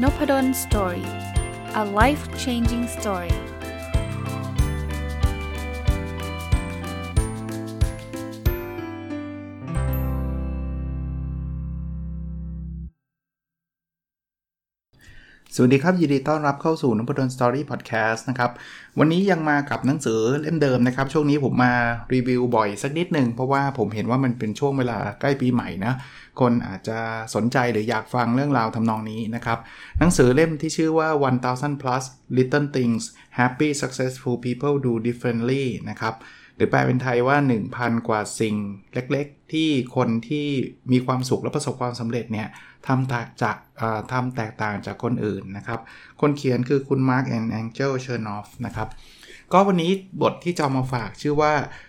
Noppadan Story. A life-changing story. สวัสดีครับยินดีต้อนรับเข้าสู่ Noppadan Story Podcast นะครับวันนี้ยังมากับหนังสือเล่มเดิมนะครับช่วงนี้ผมมารีวิวบ่อยสักนิดนึงเพราะว่าผมเห็นว่ามันเป็นช่วงเวลาใกล้ปีใหม่นะคนอาจจะสนใจหรืออยากฟังเรื่องราวทำนองนี้นะครับหนังสือเล่มที่ชื่อว่า 1000 plus little things happy successful people do differently นะครับหรือแปลเป็นไทยว่า 1,000 กว่าสิ่งเล็กๆที่คนที่มีความสุขและประสบความสำเร็จเนี่ยทำแตกต่างจากคนอื่นนะครับคนเขียนคือคุณ Mark and Angel Chernoff นะครับก็วันนี้บทที่จะมาฝากชื่อว่า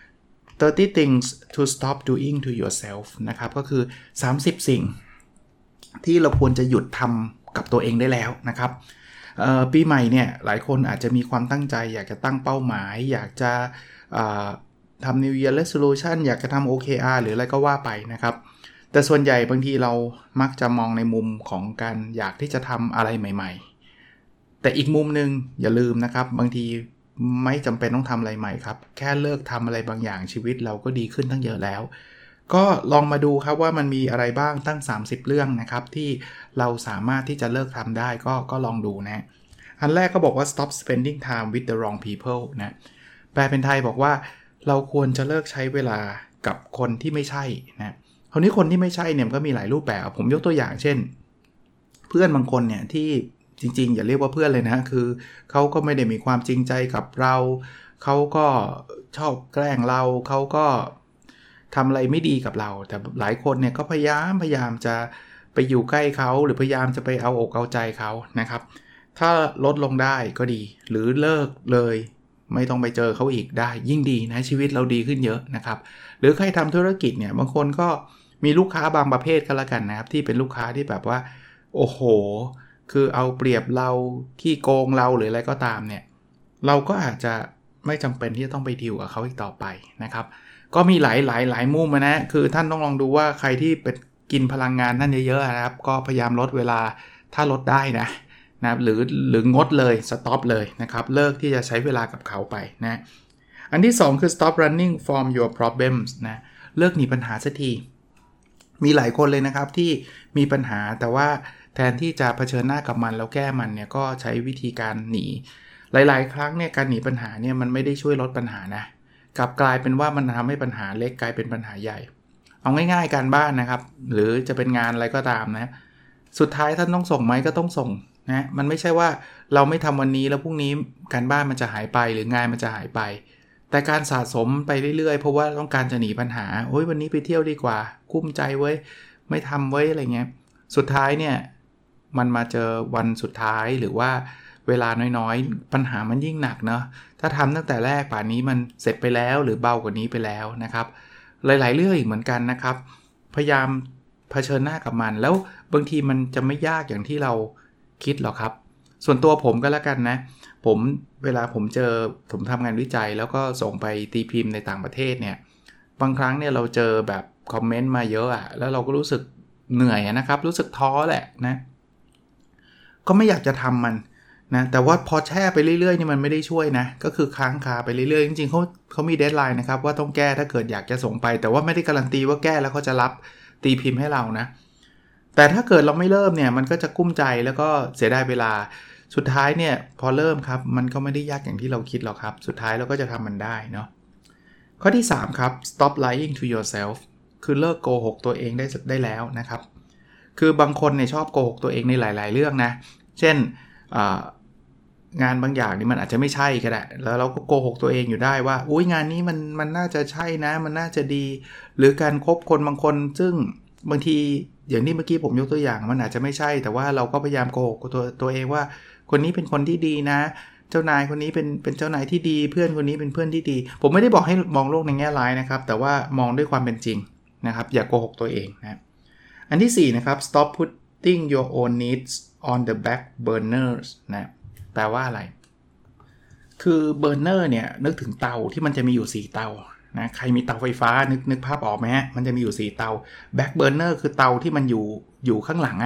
30 things to stop doing to yourself นะครับก็คือ30สิ่งที่เราควรจะหยุดทำกับตัวเองได้แล้วนะครับปีใหม่เนี่ยหลายคนอาจจะมีความตั้งใจอยากจะตั้งเป้าหมายอยากจะทำ New Year Resolution อยากจะทำ OKR หรืออะไรก็ว่าไปนะครับแต่ส่วนใหญ่บางทีเรามักจะมองในมุมของการอยากที่จะทำอะไรใหม่ๆแต่อีกมุมนึงอย่าลืมนะครับบางทีไม่จำเป็นต้องทำอะไรใหม่ครับแค่เลิกทำอะไรบางอย่างชีวิตเราก็ดีขึ้นตั้งเยอะแล้วก็ลองมาดูครับว่ามันมีอะไรบ้างตั้ง30เรื่องนะครับที่เราสามารถที่จะเลิกทำได้ก็ลองดูนะอันแรกก็บอกว่า stop spending time with the wrong people นะแปลเป็นไทยบอกว่าเราควรจะเลิกใช้เวลากับคนที่ไม่ใช่นะคราวนี้คนที่ไม่ใช่เนี่ยก็มีหลายรูปแบบผมยกตัวอย่างเช่นเพื่อนบางคนเนี่ยที่จริงๆอย่าเรียกว่าเพื่อนเลยนะคือเขาก็ไม่ได้มีความจริงใจกับเราเขาก็ชอบแกล้งเราเขาก็ทำอะไรไม่ดีกับเราแต่หลายคนเนี่ยก็พยายามจะไปอยู่ใกล้เขาหรือพยายามจะไปเอาอกเอาใจเขานะครับถ้าลดลงได้ก็ดีหรือเลิกเลยไม่ต้องไปเจอเขาอีกได้ยิ่งดีนะชีวิตเราดีขึ้นเยอะนะครับหรือใครทำธุรกิจเนี่ยบางคนก็มีลูกค้าบางประเภทก็แล้วกันนะครับที่เป็นลูกค้าที่แบบว่าโอ้โหคือเอาเปรียบเราขี้โกงเราหรืออะไรก็ตามเนี่ยเราก็อาจจะไม่จำเป็นที่จะต้องไปดีลกับเขาอีกต่อไปนะครับก็มีหลายมุมนะคือท่านต้องลองดูว่าใครที่เป็นกินพลังงานท่านเยอะๆนะครับก็พยายามลดเวลาถ้าลดได้นะหรืองดเลยสต็อปเลยนะครับเลิกที่จะใช้เวลากับเขาไปนะอันที่2คือ stop running from your problems นะเลิกหนีปัญหาสักทีมีหลายคนเลยนะครับที่มีปัญหาแต่ว่าแทนที่จะเผชิญหน้ากับมันแล้วแก้มันเนี่ยก็ใช้วิธีการหนีหลายๆครั้งเนี่ยการหนีปัญหาเนี่ยมันไม่ได้ช่วยลดปัญหานะกลับกลายเป็นว่ามันทำให้ปัญหาเล็กกลายเป็นปัญหาใหญ่เอาง่ายๆการบ้านนะครับหรือจะเป็นงานอะไรก็ตามนะสุดท้ายท่านต้องส่งไหมก็ต้องส่งนะมันไม่ใช่ว่าเราไม่ทำวันนี้แล้วพรุ่งนี้การบ้านมันจะหายไปหรืองานมันจะหายไปแต่การสะสมไปเรื่อยๆเพราะว่าต้องการจะหนีปัญหาโอ้ยวันนี้ไปเที่ยวดีกว่ากุ้มใจเว้ยไม่ทำเว้ยอะไรเงี้ยสุดท้ายเนี่ยมันมาเจอวันสุดท้ายหรือว่าเวลาน้อยๆปัญหามันยิ่งหนักเนาะถ้าทำตั้งแต่แรกป่านนี้มันเสร็จไปแล้วหรือเบากว่านี้ไปแล้วนะครับหลายๆเรื่องอีกเหมือนกันนะครับพยายามเผชิญหน้ากับมันแล้วบางทีมันจะไม่ยากอย่างที่เราคิดหรอกครับส่วนตัวผมก็แล้วกันนะเวลาผมทำงานวิจัยแล้วก็ส่งไปตีพิมพ์ในต่างประเทศเนี่ยบางครั้งเนี่ยเราเจอแบบคอมเมนต์มาเยอะอะแล้วเราก็รู้สึกเหนื่อยนะครับรู้สึกท้อแหละนะก็ไม่อยากจะทำมันนะแต่ว่าพอแช่ไปเรื่อยๆนี่มันไม่ได้ช่วยนะก็คือค้างคาไปเรื่อยๆจริงๆเขามีเดดไลน์นะครับว่าต้องแก้ถ้าเกิดอยากจะส่งไปแต่ว่าไม่ได้การันตีว่าแก้แล้วเขาจะรับตีพิมพ์ให้เรานะแต่ถ้าเกิดเราไม่เริ่มเนี่ยมันก็จะกุ้มใจแล้วก็เสียดายเวลาสุดท้ายเนี่ยพอเริ่มครับมันก็ไม่ได้ยากอย่างที่เราคิดหรอกครับสุดท้ายเราก็จะทำมันได้เนาะข้อที่3ครับ stop lying to yourself คือเลิกโกหกตัวเองได้แล้วนะครับคือบางคนเนี่ยชอบโกหกตัวเองในหลายๆเรื่องนะเช่นงานบางอย่างนี่มันอาจจะไม่ใช่ก็ได้แล้วเราก็โกหกตัวเองอยู่ได้ว่าอุ๊ยงานนี้มันน่าจะใช่นะมันน่าจะดีหรือการคบคนบางคนซึ่งบางทีอย่างที่เมื่อกี้ผมยกตัวอย่างมันอาจจะไม่ใช่แต่ว่าเราก็พยายามโกหกตัวเองว่าคนนี้เป็นคนที่ดีนะเจ้านายคนนี้เป็นเจ้านายที่ดีเพื่อนคนนี้เป็นเพื่อนที่ดีผมไม่ได้บอกให้มองโลกในแง่ร้ายนะครับแต่ว่ามองด้วยความเป็นจริงนะครับอย่าโกหกตัวเองนะอันที่4นะครับ stop putting your own needs on the back burners นะแปลว่าอะไรคือเบอร์เนอร์เนี่ยนึกถึงเตาที่มันจะมีอยู่4เตานะใครมีเตาไฟฟ้านึกภาพออกไหมฮะมันจะมีอยู่4เตาแบ็คเบอร์เนอร์คือเตาที่มันอยู่ข้างหลังอะ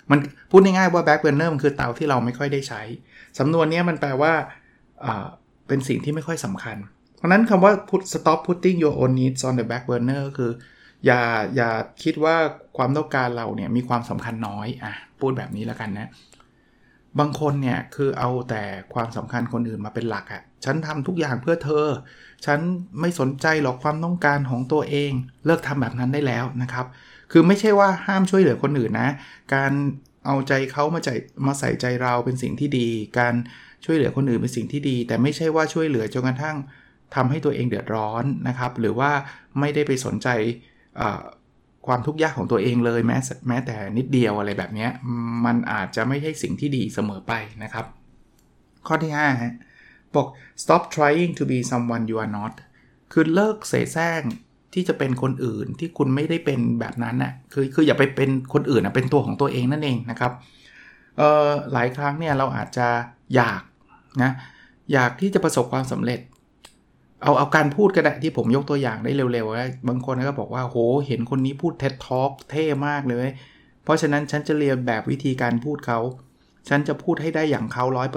มันพูดง่ายๆว่า back burner มันคือเตาที่เราไม่ค่อยได้ใช้สำนวนนี้มันแปลว่าเป็นสิ่งที่ไม่ค่อยสำคัญเพราะนั้นคำว่า stop putting your own needs on the back burner ก็คืออย่าคิดว่าความต้องการเราเนี่ยมีความสำคัญน้อยพูดแบบนี้แล้วกันนะบางคนเนี่ยคือเอาแต่ความสำคัญคนอื่นมาเป็นหลักฉันทำทุกอย่างเพื่อเธอฉันไม่สนใจหรอกความต้องการของตัวเองเลิกทำแบบนั้นได้แล้วนะครับคือไม่ใช่ว่าห้ามช่วยเหลือคนอื่นนะการเอาใจเขามาใส่ใจเราเป็นสิ่งที่ดีการช่วยเหลือคนอื่นเป็นสิ่งที่ดีแต่ไม่ใช่ว่าช่วยเหลือจนกระทั่งทำให้ตัวเองเดือดร้อนนะครับหรือว่าไม่ได้ไปสนใจความทุกข์ยากของตัวเองเลยแม้แต่นิดเดียวอะไรแบบนี้มันอาจจะไม่ใช่สิ่งที่ดีเสมอไปนะครับข้อที่5ฮะบอก stop trying to be someone you are not คือเลิกเสแสร้งที่จะเป็นคนอื่นที่คุณไม่ได้เป็นแบบนั้นน่ะคืออย่าไปเป็นคนอื่นเป็นตัวของตัวเองนั่นเองนะครับหลายครั้งเนี่ยเราอาจจะอยากที่จะประสบความสำเร็จเอาการพูดก็ได้ที่ผมยกตัวอย่างได้เร็วๆนะบางคนก็บอกว่าโหเห็นคนนี้พูด TED Talk เท่มากเลยเพราะฉะนั้นฉันจะเรียนแบบวิธีการพูดเขาฉันจะพูดให้ได้อย่างเขา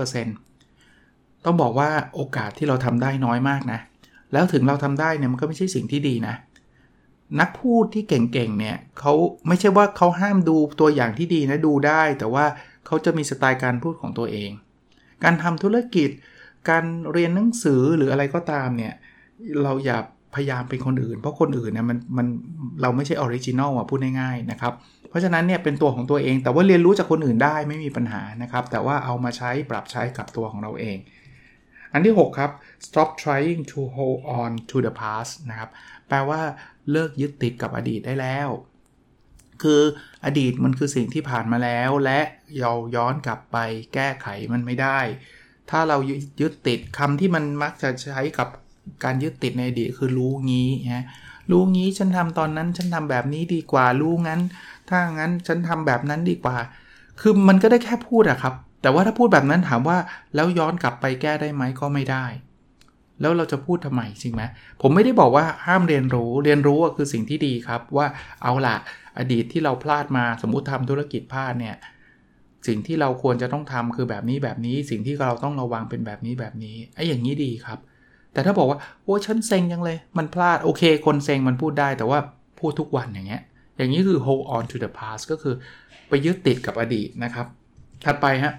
100% ต้องบอกว่าโอกาสที่เราทำได้น้อยมากนะแล้วถึงเราทำได้เนี่ยมันก็ไม่ใช่สิ่งที่ดีนะนักพูดที่เก่งๆเนี่ยเขาไม่ใช่ว่าเขาห้ามดูตัวอย่างที่ดีนะดูได้แต่ว่าเขาจะมีสไตล์การพูดของตัวเองการทำธุรกิจการเรียนหนังสือหรืออะไรก็ตามเนี่ยเราอย่าพยายามเป็นคนอื่นเพราะคนอื่นเนี่ยมันเราไม่ใช่ออริจินอลพูดง่ายๆนะครับเพราะฉะนั้นเนี่ยเป็นตัวของตัวเองแต่ว่าเรียนรู้จากคนอื่นได้ไม่มีปัญหานะครับแต่ว่าเอามาใช้ปรับใช้กับตัวของเราเองอันที่6ครับ stop trying to hold on to the past นะครับแปลว่าเลิกยึดติดกับอดีตได้แล้วคืออดีตมันคือสิ่งที่ผ่านมาแล้วและเราย้อนกลับไปแก้ไขมันไม่ได้ถ้าเรายึดติดคำที่มันมักจะใช้กับการยึดติดในอดีตคือรู้งี้นะรู้งี้ฉันทำตอนนั้นฉันทำแบบนี้ดีกว่ารู้งั้นถ้างั้นฉันทำแบบนั้นดีกว่าคือมันก็ได้แค่พูดครับแต่ว่าถ้าพูดแบบนั้นถามว่าแล้วย้อนกลับไปแก้ได้ไหมก็ไม่ได้แล้วเราจะพูดทำไมจริงไหมผมไม่ได้บอกว่าห้ามเรียนรู้คือสิ่งที่ดีครับว่าเอาล่ะอดีตที่เราพลาดมาสมมุติทำธุรกิจพลาดเนี่ยสิ่งที่เราควรจะต้องทำคือแบบนี้สิ่งที่เราต้องระวังเป็นแบบนี้ไอ้อย่างนี้ดีครับแต่ถ้าบอกว่าโอ้ฉันเซ็งจังเลยมันพลาดโอเคคนเซ็งมันพูดได้แต่ว่าพูดทุกวันอย่างนี้คือ hold on to the past ก็คือไปยึดติดกับอดีตนะครับถัดไปฮะ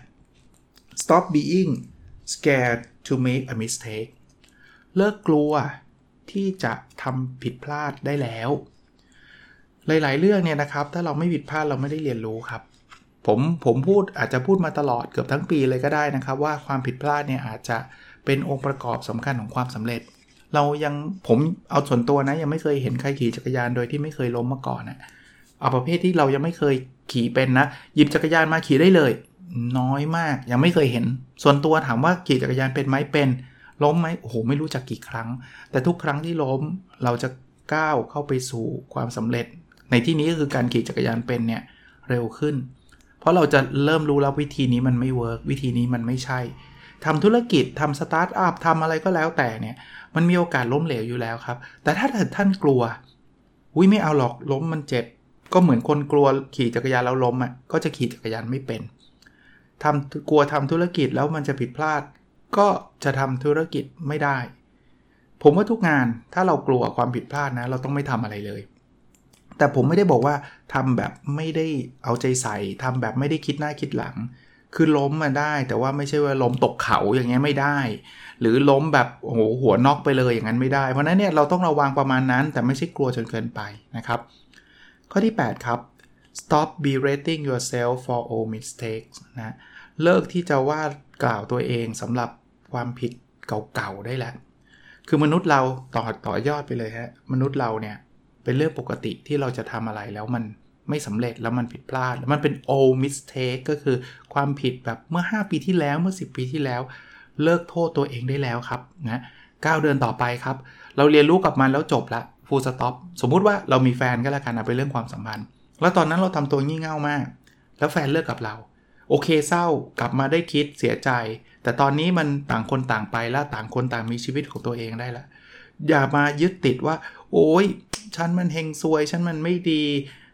stop being scared to make a mistake เลิกกลัวที่จะทำผิดพลาดได้แล้วหลายๆเรื่องเนี่ยนะครับถ้าเราไม่ผิดพลาดเราไม่ได้เรียนรู้ครับผมอาจจะพูดมาตลอดเกือบทั้งปีเลยก็ได้นะครับว่าความผิดพลาดเนี่ยอาจจะเป็นองค์ประกอบสำคัญของความสำเร็จผมเอาส่วนตัวนะยังไม่เคยเห็นใครขี่จักรยานโดยที่ไม่เคยล้มมาก่อนนะเอาประเภทที่เรายังไม่เคยขี่เป็นนะหยิบจักรยานมาขี่ได้เลยน้อยมากยังไม่เคยเห็นส่วนตัวถามว่าขี่จักรยานเป็นไหมเป็นล้มไหมโอ้โหไม่รู้จักกี่ครั้งแต่ทุกครั้งที่ล้มเราจะก้าวเข้าไปสู่ความสำเร็จในที่นี้ก็คือการขี่จักรยานเป็นเนี่ยเร็วขึ้นเพราะเราจะเริ่มรู้แล้ววิธีนี้มันไม่เวิร์กวิธีนี้มันไม่ใช่ทำธุรกิจทำสตาร์ทอัพทำอะไรก็แล้วแต่เนี่ยมันมีโอกาสล้มเหลวอยู่แล้วครับแต่ถ้าท่านกลัวไม่เอาหรอกล้มมันเจ็บก็เหมือนคนกลัวขี่จักรยานแล้วล้มก็จะขี่จักรยานไม่เป็นกลัวทำธุรกิจแล้วมันจะผิดพลาดก็จะทำธุรกิจไม่ได้ผมว่าทุกงานถ้าเรากลัวความผิดพลาดนะเราต้องไม่ทำอะไรเลยแต่ผมไม่ได้บอกว่าทำแบบไม่ได้เอาใจใส่ทำแบบไม่ได้คิดหน้าคิดหลังคือล้มมาได้แต่ว่าไม่ใช่ว่าล้มตกเขาอย่างเงี้ยไม่ได้หรือล้มแบบโอ้โหหัวน็อกไปเลยอย่างนั้นไม่ได้เพราะนั้นเนี่ยเราต้องระวังประมาณนั้นแต่ไม่ใช่กลัวจนเกินไปนะครับข้อที่8ครับ stop berating yourself for all mistakes นะเลิกที่จะว่ากล่าวตัวเองสำหรับความผิดเก่าๆได้แล้วคือมนุษย์เราต่อยอดไปเลยฮะมนุษย์เราเนี่ยเป็นเรื่องปกติที่เราจะทำอะไรแล้วมันไม่สำเร็จแล้วมันผิดพลาดแล้วมันเป็น old mistake ก็คือความผิดแบบเมื่อ5ปีที่แล้วเมื่อ10ปีที่แล้วเลิกโทษตัวเองได้แล้วครับนะก้าวเดินต่อไปครับเราเรียนรู้กับมันแล้วจบละ full stop สมมุติว่าเรามีแฟนก็แล้วกันเป็นเรื่องความสัมพันธ์แล้วตอนนั้นเราทำตัวงี่เง่ามากแล้วแฟนเลิกกับเราโอเคเศร้ากลับมาได้คิดเสียใจแต่ตอนนี้มันต่างคนต่างไปแล้วต่างคนต่างมีชีวิตของตัวเองได้ละอย่ามายึดติดว่าโอ๊ยฉันมันเฮงซวยฉันมันไม่ดี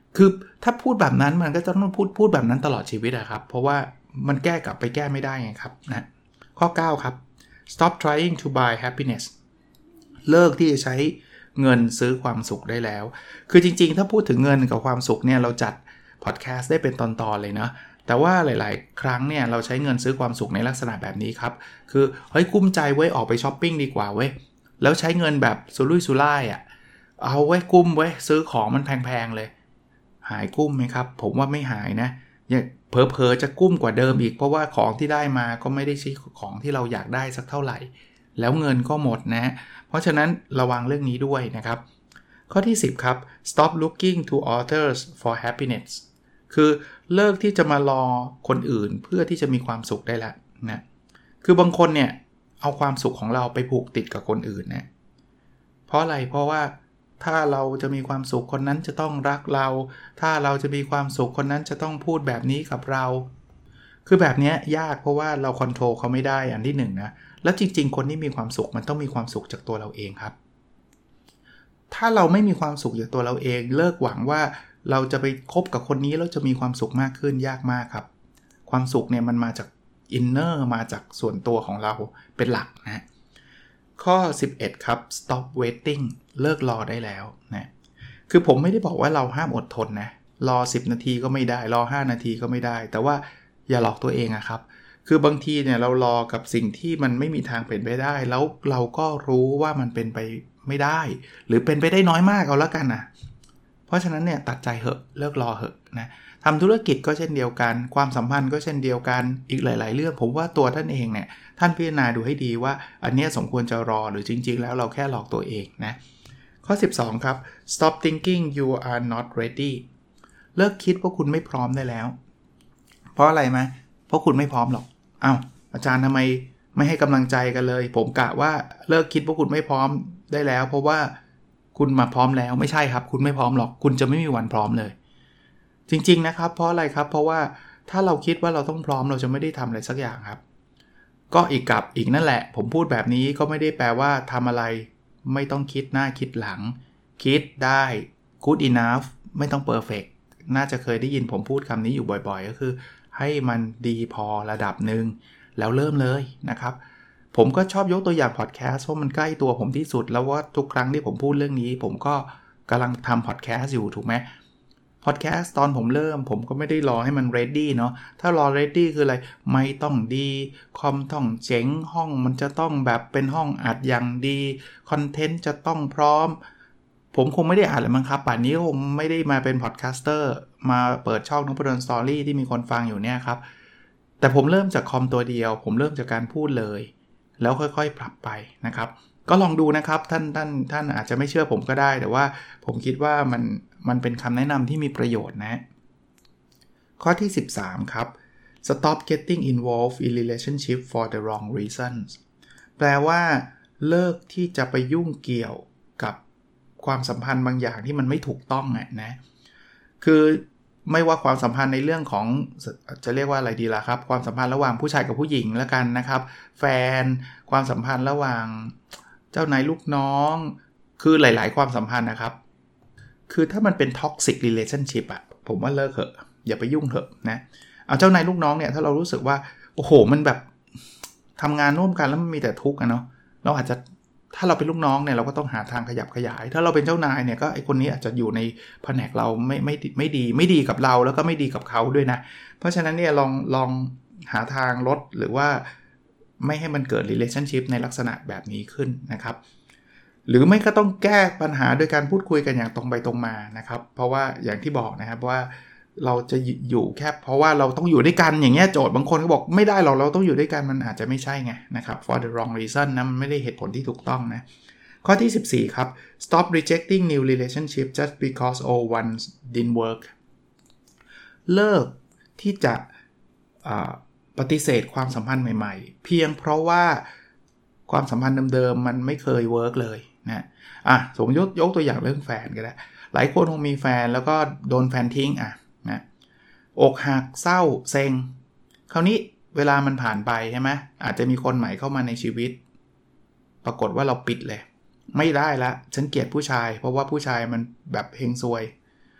คือถ้าพูดแบบนั้นมันก็จะต้องพูดแบบนั้นตลอดชีวิตอะครับเพราะว่ามันแก้กลับไปแก้ไม่ได้ไงครับนะข้อ9ครับ stop trying to buy happiness เลิกที่จะใช้เงินซื้อความสุขได้แล้วคือจริงๆถ้าพูดถึงเงินกับความสุขเนี่ยเราจัดพอดแคสต์ได้เป็นตอนๆเลยนะแต่ว่าหลายๆครั้งเนี่ยเราใช้เงินซื้อความสุขในลักษณะแบบนี้ครับคือเฮ้ยกุ้มใจเว้ยออกไปช้อปปิ้งดีกว่าเว้ยแล้วใช้เงินแบบสุรุ่ยสุร่ายอ่ะเอาเว้ยกุ้มเว้ยซื้อของมันแพงๆเลยหายกุ้มไหมครับผมว่าไม่หายนะเผลอๆจะกุ้มกว่าเดิมอีกเพราะว่าของที่ได้มาก็ไม่ได้ใช่ของที่เราอยากได้สักเท่าไหร่แล้วเงินก็หมดนะเพราะฉะนั้นระวังเรื่องนี้ด้วยนะครับข้อที่10ครับ stop looking to others for happiness คือเลิกที่จะมารอคนอื่นเพื่อที่จะมีความสุขได้แล้วนะคือบางคนเนี่ยเอาความสุขของเราไปผูกติดกับคนอื่นนะเพราะอะไรเพราะว่าถ้าเราจะมีความสุขคนนั้นจะต้องรักเราถ้าเราจะมีความสุขคนนั้นจะต้องพูดแบบนี้กับเราคือแบบนี้ยากเพราะว่าเราคอนโทรลเขาไม่ได้อันที่1นะแล้วจริงๆคนที่มีความสุขมันต้องมีความสุขจากตัวเราเองครับถ้าเราไม่มีความสุขจากตัวเราเองเลิกหวังว่าเราจะไปคบกับคนนี้แล้วจะมีความสุขมากขึ้นยากมากครับความสุขเนี่ยมันมาจากอินเนอร์มาจากส่วนตัวของเราเป็นหลักนะข้อ11ครับ stop waiting เลิกรอได้แล้วนะคือผมไม่ได้บอกว่าเราห้ามอดทนนะรอ10นาทีก็ไม่ได้รอ5นาทีก็ไม่ได้แต่ว่าอย่าหลอกตัวเองอะครับคือบางทีเนี่ยเรารอกับสิ่งที่มันไม่มีทางเป็นไปได้แล้วเราก็รู้ว่ามันเป็นไปไม่ได้หรือเป็นไปได้น้อยมากเอาละกันนะเพราะฉะนั้นเนี่ยตัดใจเหอะเลิกรอเหอะนะทำธุรกิจก็เช่นเดียวกันความสัมพันธ์ก็เช่นเดียวกันอีกหลายๆเรื่องผมว่าตัวท่านเองเนี่ยท่านพิจารณาดูให้ดีว่าอันนี้สมควรจะรอหรือจริงๆแล้วเราแค่หลอกตัวเองนะข้อ12ครับ stop thinking you are not ready เลิกคิดว่าคุณไม่พร้อมได้แล้วเพราะอะไรไหมเพราะคุณไม่พร้อมหรอกอ้าวอาจารย์ทำไมไม่ให้กำลังใจกันเลยผมกะว่าเลิกคิดว่าคุณไม่พร้อมได้แล้วเพราะว่าคุณมาพร้อมแล้วไม่ใช่ครับคุณไม่พร้อมหรอกคุณจะไม่มีวันพร้อมเลยจริงๆนะครับเพราะอะไรครับเพราะว่าถ้าเราคิดว่าเราต้องพร้อมเราจะไม่ได้ทำอะไรสักอย่างครับก็อีกนั่นแหละผมพูดแบบนี้ก็ไม่ได้แปลว่าทำอะไรไม่ต้องคิดหน้าคิดหลังคิดได้ good enough ไม่ต้อง perfect น่าจะเคยได้ยินผมพูดคำนี้อยู่บ่อยๆก็คือให้มันดีพอระดับหนึ่งแล้วเริ่มเลยนะครับผมก็ชอบยกตัวอย่างพอดแคสต์เพราะมันใกล้ตัวผมที่สุดแล้วว่าทุกครั้งที่ผมพูดเรื่องนี้ผมก็กำลังทำพอดแคสต์อยู่ถูกไหมพอดแคสต์ตอนผมเริ่มผมก็ไม่ได้รอให้มัน ready เนาะถ้ารอ ready คืออะไรไม่ต้องดีคอมต้องเจ๋งห้องมันจะต้องแบบเป็นห้องอัดอย่างดีคอนเทนต์จะต้องพร้อมผมคงไม่ได้อ่านเลยมั้งครับป่านนี้ผมไม่ได้มาเป็นพอดแคสเตอร์มาเปิดช่องนพดลสตอรี่ที่มีคนฟังอยู่เนี่ยครับแต่ผมเริ่มจากคอมตัวเดียวผมเริ่มจากการพูดเลยแล้วค่อยๆปรับไปนะครับก็ลองดูนะครับท่านอาจจะไม่เชื่อผมก็ได้แต่ว่าผมคิดว่ามันเป็นคำแนะนำที่มีประโยชน์นะข้อที่13ครับ stop getting involved in relationship for the wrong reasons แปลว่าเลิกที่จะไปยุ่งเกี่ยวกับความสัมพันธ์บางอย่างที่มันไม่ถูกต้องนะคือไม่ว่าความสัมพันธ์ในเรื่องของจะเรียกว่าอะไรดีล่ะครับความสัมพันธ์ระหว่างผู้ชายกับผู้หญิงแล้วกันนะครับแฟนความสัมพันธ์ระหว่างเจ้านายลูกน้องคือหลายๆความสัมพันธ์นะครับคือถ้ามันเป็น toxic relationship อะผมว่าเลิกเถอะอย่าไปยุ่งเถอะนะเอาเจ้านายลูกน้องเนี่ยถ้าเรารู้สึกว่าโอ้โหมันแบบทำงานร่วมกันแล้วมันมีแต่ทุกข์เนาะเราอาจจะถ้าเราเป็นลูกน้องเนี่ยเราก็ต้องหาทางขยับขยายถ้าเราเป็นเจ้านายเนี่ยก็ไอคนนี้อาจจะอยู่ในแผนกเราไม่ดีกับเราแล้วก็ไม่ดีกับเขาด้วยนะเพราะฉะนั้นเนี่ยลองหาทางลดหรือว่าไม่ให้มันเกิด relationship ในลักษณะแบบนี้ขึ้นนะครับหรือไม่ก็ต้องแก้ปัญหาโดยการพูดคุยกันอย่างตรงไปตรงมานะครับเพราะว่าอย่างที่บอกนะครับว่าเราจะอยู่แค่เพราะว่าเราต้องอยู่ด้วยกันอย่างเงี้ยโจทย์บางคนก็บอกไม่ได้หรอกเราต้องอยู่ด้วยกันมันอาจจะไม่ใช่ไงนะครับ for the wrong reason นะมันไม่ได้เหตุผลที่ถูกต้องนะข้อที่14ครับ stop rejecting new relationship just because old ones didn't work เลิกที่จะปฏิเสธความสัมพันธ์ใหม่ๆเพียงเพราะว่าความสัมพันธ์เดิมๆมันไม่เคยเวิร์กเลยนะสมมติยกตัวอย่างเรื่องแฟนก็ได้หลายคนคงมีแฟนแล้วก็โดนแฟนทิ้งนะอกหักเศร้าเซ็งคราวนี้เวลามันผ่านไปใช่ไหมอาจจะมีคนใหม่เข้ามาในชีวิตปรากฏว่าเราปิดเลยไม่ได้ละฉันเกลียดผู้ชายเพราะว่าผู้ชายมันแบบเฮงซวย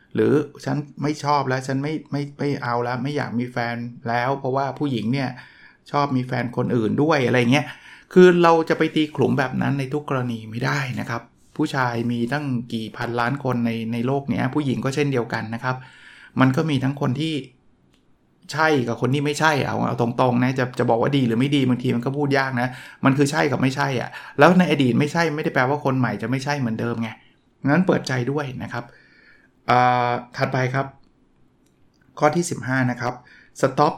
หรือฉันไม่ชอบแล้วฉันไม่เอาแล้วไม่อยากมีแฟนแล้วเพราะว่าผู้หญิงเนี่ยชอบมีแฟนคนอื่นด้วยอะไรเงี้ยคือเราจะไปตีขลุ่มแบบนั้นในทุกกรณีไม่ได้นะครับผู้ชายมีตั้งกี่พันล้านคนในโลกนี้ผู้หญิงก็เช่นเดียวกันนะครับมันก็มีทั้งคนที่ใช่กับคนที่ไม่ใช่เอาตรงๆนะจะบอกว่าดีหรือไม่ดีบางทีมันก็พูดยากนะมันคือใช่กับไม่ใช่อ่ะแล้วในอดีตไม่ใช่ไม่ได้แปลว่าคนใหม่จะไม่ใช่เหมือนเดิมไงงั้นเปิดใจด้วยนะครับถัดไปครับข้อที่15นะครับ stop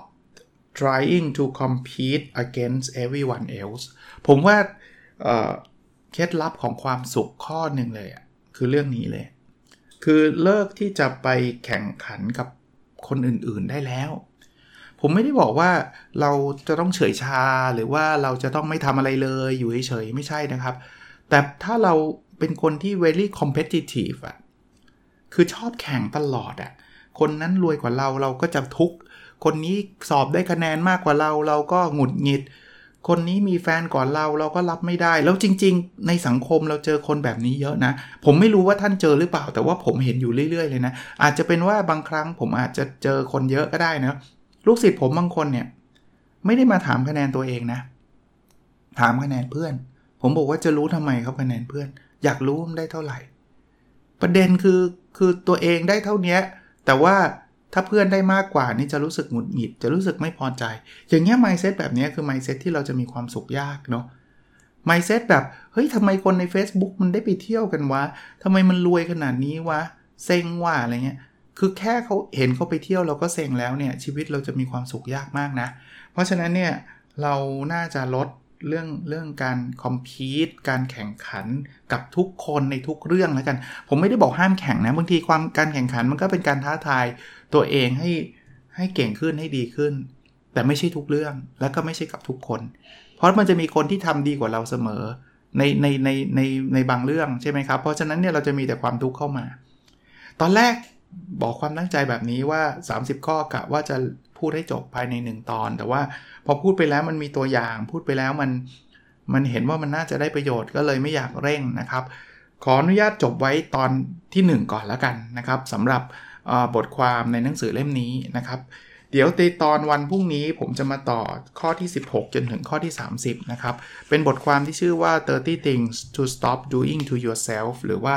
trying to compete against everyone else ผมว่าเคล็ดลับของความสุขข้อหนึ่งเลยคือเรื่องนี้เลยคือเลิกที่จะไปแข่งขันกับคนอื่นๆได้แล้วผมไม่ได้บอกว่าเราจะต้องเฉยชาหรือว่าเราจะต้องไม่ทำอะไรเลยอยู่เฉยๆไม่ใช่นะครับแต่ถ้าเราเป็นคนที่ very competitive คือชอบแข่งตลอดคนนั้นรวยกว่าเราก็จะทุกข์คนนี้สอบได้คะแนนมากกว่าเราก็หงุดหงิดคนนี้มีแฟนก่อนเราก็รับไม่ได้แล้วจริงๆในสังคมเราเจอคนแบบนี้เยอะนะผมไม่รู้ว่าท่านเจอหรือเปล่าแต่ว่าผมเห็นอยู่เรื่อยๆเลยนะอาจจะเป็นว่าบางครั้งผมอาจจะเจอคนเยอะก็ได้นะลูกศิษย์ผมบางคนเนี่ยไม่ได้มาถามคะแนนตัวเองนะถามคะแนนเพื่อนผมบอกว่าจะรู้ทำไมครับคะแนนเพื่อนอยากรู้มันได้เท่าไหร่ประเด็นคือตัวเองได้เท่านี้แต่ว่าถ้าเพื่อนได้มากกว่านี่จะรู้สึกหงุดหงิดจะรู้สึกไม่พอใจอย่างเงี้ย mindset แบบนี้คือ mindset ที่เราจะมีความสุขยากเนาะ mindset แบบเฮ้ยทำไมคนใน Facebook มันได้ไปเที่ยวกันวะทำไมมันรวยขนาดนี้วะเซ็งว่ะอะไรเงี้ยคือแค่เขาเห็นเขาไปเที่ยวเราก็เซ็งแล้วเนี่ยชีวิตเราจะมีความสุขยากมากนะเพราะฉะนั้นเนี่ยเราน่าจะลดเรื่องการคอมพีทการแข่งขันกับทุกคนในทุกเรื่องแล้วกันผมไม่ได้บอกห้ามแข่งนะบางทีการแข่งขันมันก็เป็นการท้าทายตัวเองให้เก่งขึ้นให้ดีขึ้นแต่ไม่ใช่ทุกเรื่องแล้วก็ไม่ใช่กับทุกคนเพราะมันจะมีคนที่ทำดีกว่าเราเสมอในบางเรื่องใช่ไหมครับเพราะฉะนั้นเนี่ยเราจะมีแต่ความทุกข์เข้ามาตอนแรกบอกความตั้งใจแบบนี้ว่า30ข้อกะว่าจะพูดให้จบภายใน1ตอนแต่ว่าพอพูดไปแล้วมันมีตัวอย่างพูดไปแล้วมันเห็นว่ามันน่าจะได้ประโยชน์ก็เลยไม่อยากเร่งนะครับขออนุญาตจบไว้ตอนที่1ก่อนแล้วกันนะครับสำหรับบทความในหนังสือเล่มนี้นะครับเดี๋ยวในตอนวันพรุ่งนี้ผมจะมาต่อข้อที่16จนถึงข้อที่30นะครับเป็นบทความที่ชื่อว่า30 things to stop doing to yourself หรือว่า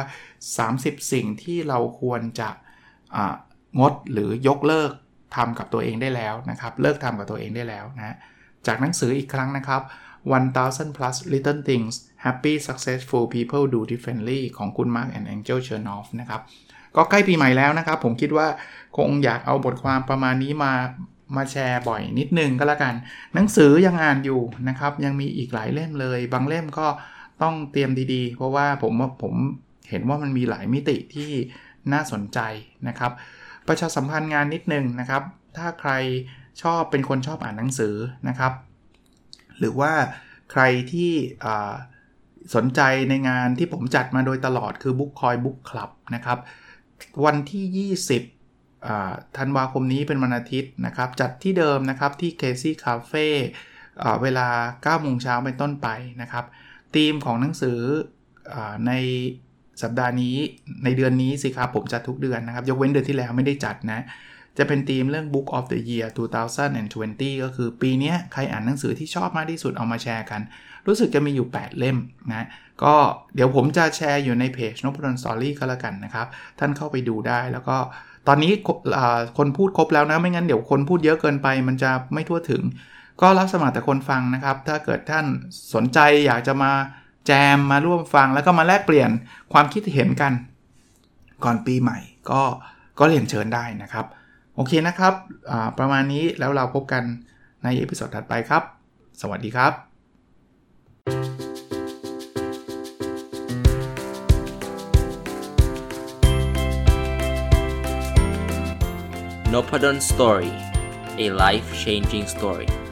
30สิ่งที่เราควรจะงดหรือยกเลิกทำกับตัวเองได้แล้วนะครับเลิกทำกับตัวเองได้แล้วนะจากหนังสืออีกครั้งนะครับ 1000 plus little things happy successful people do differently ของคุณ Mark and Angel Chernoff นะครับก็ใกล้ปีใหม่แล้วนะครับผมคิดว่าคงอยากเอาบทความประมาณนี้มาแชร์บ่อยนิดนึงก็แล้วกันหนังสือยังอ่านอยู่นะครับยังมีอีกหลายเล่มเลยบางเล่มก็ต้องเตรียมดีๆเพราะว่าผมเห็นว่ามันมีหลายมิติที่น่าสนใจนะครับประชาสัมพันธ์งานนิดนึงนะครับถ้าใครเป็นคนชอบอ่านหนังสือนะครับหรือว่าใครที่สนใจในงานที่ผมจัดมาโดยตลอดคือ Bookcoin Book Club นะครับวันที่20ธันวาคมนี้เป็นวันอาทิตย์นะครับจัดที่เดิมนะครับที่ Casey Cafe เวลา 9:00 น.เป็นต้นไปนะครับธีมของหนังสือในสัปดาห์นี้ในเดือนนี้สิครับผมจัดทุกเดือนนะครับยกเว้นเดือนที่แล้วไม่ได้จัดนะจะเป็นธีมเรื่อง Book of the Year 2020 ก็คือปีนี้ใครอ่านหนังสือที่ชอบมากที่สุดเอามาแชร์กันรู้สึกจะมีอยู่8เล่มนะก็เดี๋ยวผมจะแชร์อยู่ในเพจ Noppadan Story ก็แล้วกันนะครับท่านเข้าไปดูได้แล้วก็ตอนนี้คนพูดครบแล้วนะไม่งั้นเดี๋ยวคนพูดเยอะเกินไปมันจะไม่ทั่วถึงก็รับสมัครแต่คนฟังนะครับถ้าเกิดท่านสนใจอยากจะมาแจมมาร่วมฟังแล้วก็มาแลกเปลี่ยนความคิดเห็นกันก่อนปีใหม่ก็เรียนเชิญได้นะครับโอเคนะครับประมาณนี้แล้วเราพบกันในเอพิโซดถัดไปครับสวัสดีครับ Noppadan Story, a life-changing story.